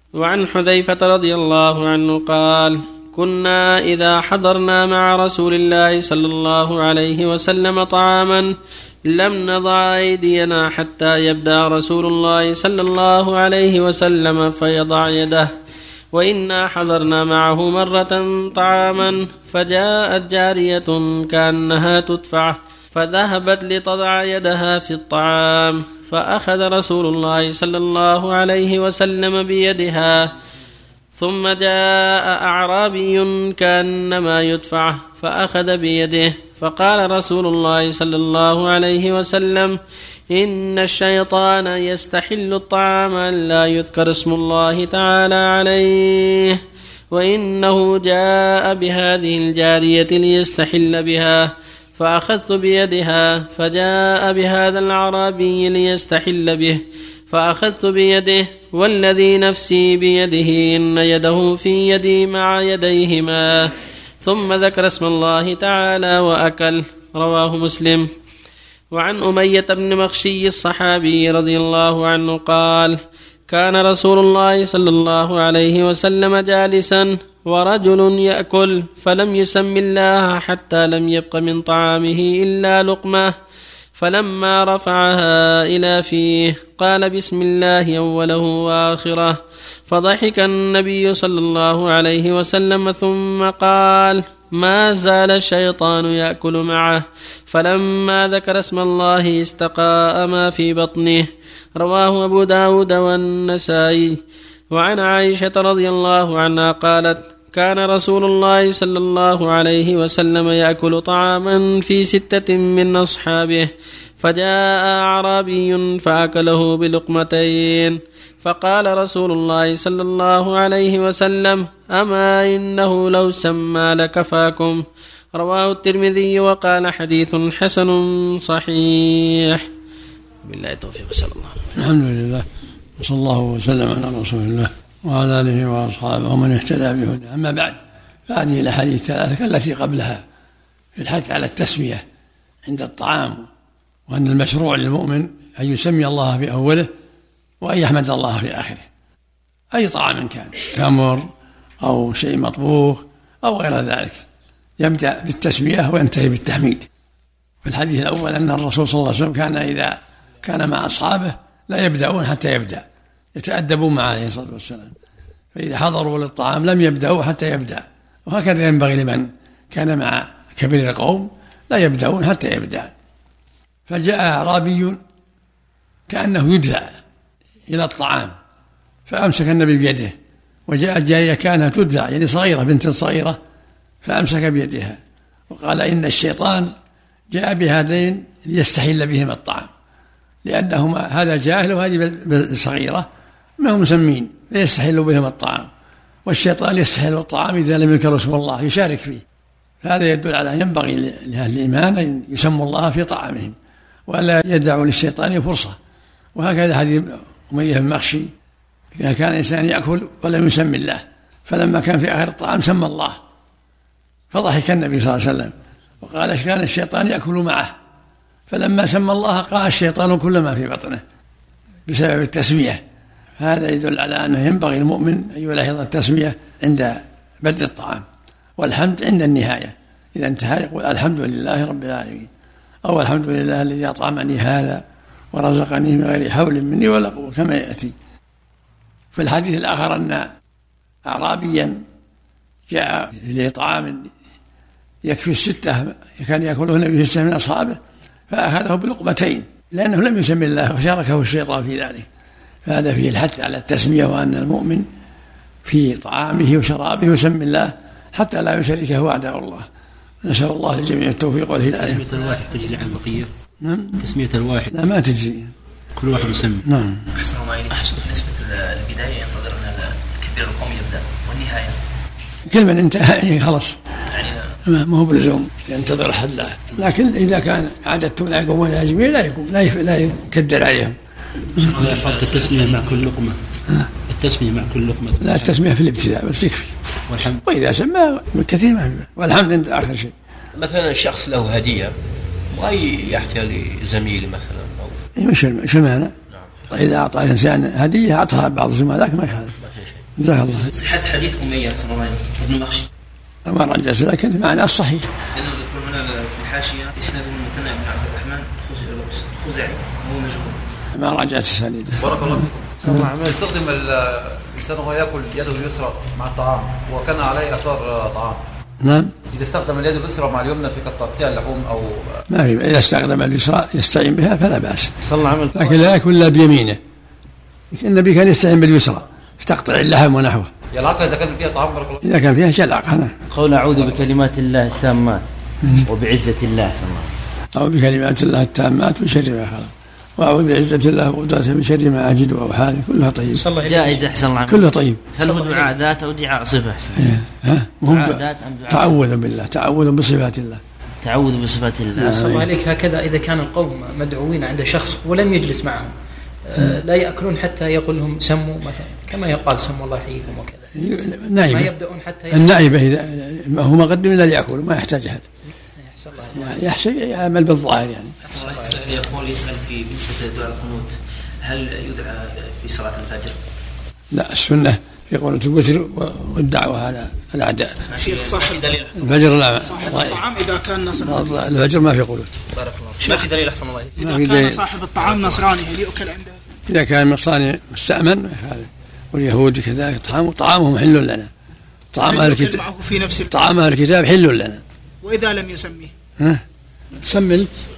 وعن حذيفة رضي الله عنه قال: كنا إذا حضرنا مع رسول الله صلى الله عليه وسلم طعاما لم نضع أيدينا حتى يبدأ رسول الله صلى الله عليه وسلم فيضع يده. وإنا حضرنا معه مرة طعاما فجاءت جارية كأنها تدفع فذهبت لتضع يدها في الطعام فأخذ رسول الله صلى الله عليه وسلم بيدها. ثم جاء أعرابي كأنما يدفع فأخذ بيده فقال رسول الله صلى الله عليه وسلم: إن الشيطان يستحل الطعام لا يذكر اسم الله تعالى عليه، وإنه جاء بهذه الجارية ليستحل بها، فأخذت بيدها، فجاء بهذا الأعرابي ليستحل به، فأخذت بيده، والذي نفسي بيده إن يده في يدي مع يديهما، ثم ذكر اسم الله تعالى وأكل. رواه مسلم. وعن أمية بن مخشي الصحابي رضي الله عنه قال: كان رسول الله صلى الله عليه وسلم جالسا ورجل يأكل فلم يسم الله حتى لم يبق من طعامه إلا لقمة، فلما رفعها إلى فيه قال: بسم الله أوله وآخره، فضحك النبي صلى الله عليه وسلم ثم قال: ما زال الشيطان يأكل معه، فلما ذكر اسم الله استقاء ما في بطنه. رواه أبو داود والنسائي. وعن عائشة رضي الله عنها قالت: كان رسول الله صلى الله عليه وسلم يأكل طعاما في 6 من أصحابه، فجاء أعرابي فأكله بلقمتين، فقال رسول الله صلى الله عليه وسلم: أما إنه لو سمى لكفاكم. رواه الترمذي وقال: حديث حسن صحيح. بالله التوفيق. صلى الله عليه وسلم. الحمد لله، وصلى الله وسلم على رسول الله وعلى آله وأصحابه ومن اهتدى بهداه. أما بعد، فهذه الأحاديث الثلاثة التي قبلها في الحث على التسمية عند الطعام، وأن المشروع للمؤمن أن يسمي الله في أوله وأن يحمد الله في آخره، أي طعام كان، تمر أو شيء مطبوخ أو غير ذلك، يبدأ بالتسمية وينتهي بالتحميد. في الحديث الأول أن الرسول صلى الله عليه وسلم كان إذا كان مع أصحابه لا يبدأون حتى يبدأ، يتأدبون معه عليه الصلاة والسلام، فإذا حضروا للطعام لم يبدأوا حتى يبدأ. وهكذا ينبغي لمن كان مع كبير القوم، لا يبدأون حتى يبدأ. فجاء أعرابي كأنه يدفع إلى الطعام فأمسك النبي بيده، وجاءت جارية كانت تدفع يعني صغيرة، بنت صغيرة، فأمسك بيدها وقال: إن الشيطان جاء بهذين ليستحل بهما الطعام، لأنهما هذا جاهل وهذه صغيرة ما هم مسمين ليستحل بهما الطعام، والشيطان يستحل الطعام إذا لم يذكر اسم الله يشارك فيه. فهذا يدل على ينبغي لأهل الإيمان أن يسموا الله في طعامهم ولا يدعوا للشيطان فرصة. وهكذا حديث أمية بن مخشي، إذا كان الإنسان يأكل ولم يسمي الله، فلما كان في آخر الطعام سمى الله، فضحك النبي صلى الله عليه وسلم وقال: كان الشيطان يأكل معه، فلما سمى الله قال الشيطان كل ما في بطنه بسبب التسمية. هذا يدل على أنه ينبغي المؤمن أن يلاحظ التسمية عند بدء الطعام، والحمد عند النهاية. إذا انتهى يقول: الحمد لله رب العالمين، أو الحمد لله الذي أطعمني هذا ورزقني من غير حول مني ولا قوة، كما يأتي في الحديث الآخر أن أعرابيا جاء لطعام يكفي 6 كان يأكله النبي 6 من أصحابه، فأخذه بلقمتين لأنه لم يسمي الله وشاركه الشيطان في ذلك. فهذا فيه الحث على التسمية، وأن المؤمن في طعامه وشرابه يسمي الله حتى لا يشركه وعده الله. نسأل الله للجميع التوفيق والهداية. تسمية الواحد تجزي عن البقية؟ نعم. تسمية الواحد لا، ما تجزي، كل واحد يسمي. نعم. أحسن الله إليك. بالنسبة للبداية ينتظر أن كبير القوم يبدأ، والنهاية كل من انتهى خلص، يعني ما هو بلزوم ينتظر أحد له، لكن إذا كان عادتهم لا يقومون لازمين لا يقوم، لا يكدر عليهم. التسمية مع كل لقمة. التسمية مع كل لقمة. لا، التسمية في الابتداء بس يكفي، والحمد. وإذا سمى كثير ما في، والحمد عند آخر شيء. مثلا شخص له هدية ويحتاج لزميل مثلا أو مش المعنى. نعم. إذا أعطى إنسان هدية أعطاها بعض الزملاء ما يخالف. جزاك الله. صحة حديث أمية صلى الله عليه ابن مخشي ما رجعت، لكن معنى الصحيح. لأنه يقول هنا في الحاشية إسناده المثنى بن عبد الرحمن الخزاعي وهو مجهول. ما رجعت سنيده. بارك الله فيكم. يستخدم الإنسان وهو يأكل يده اليسرى مع الطعام وكان عليه أثار طعام. نعم. إذا استخدم اليد اليسرى مع اليمنى في تقطيع اللحوم أو ما في، إذا استخدم اليسرى يستعين بها فلا بأس. صلى الله عليه وسلم. لكن لا يأكل إلا بيمينه. النبي كان يستعين باليسرى في تقطيع اللحم ونحوه. يلعقها إذا كان فيها طعام؟ بارك الله. إذا كان فيها شلعقها. قول أعوذ بكلمات الله التامات وبعزة الله صلى الله عليه وسلم. أو بكلمات الله التامات من شر ما خلق، وأعوذ بعزة الله وقدرته من شر ما أجد أو حالي، كلها طيب. جائز أحسن الله عنه. كله طيب. هل هو دعاء ذات أو دعاء صفة؟ تعوذ بالله، تعوذ بصفات الله، تعوذ بصفات الله. صلى الله عليك. هكذا إذا كان القوم مدعوين عند شخص ولم يجلس معهم لا يأكلون حتى يقول لهم سموا مثلا، كما يقال سموا الله يحييكم وكذا. نائبة. ما يبدأون حتى النائبة إذا هو مقدم إلا ليأكل ما يحتاج أحد، يحسن يعمل بالظاهر يعني. يقول يسأل في بالنسبة لدعاء القنوت، هل يدعى في صلاة الفجر؟ لا، السنة في قنوت الوتر والدعوة على الأعداء. شيخ صح دليل الفجر لا، صاحب الطعام إذا كان نصراني. الفجر ما في قنوت. بارك الله. ما في دليل أحسن الله. إذا كان صاحب الطعام نصراني هل يؤكل عنده؟ إذا كان نصراني مستأمن هذا، واليهود كذلك طعامهم حل لنا، طعام أهل الكتاب، طعام أهل الكتاب حل لنا. وإذا لم يسميه سمن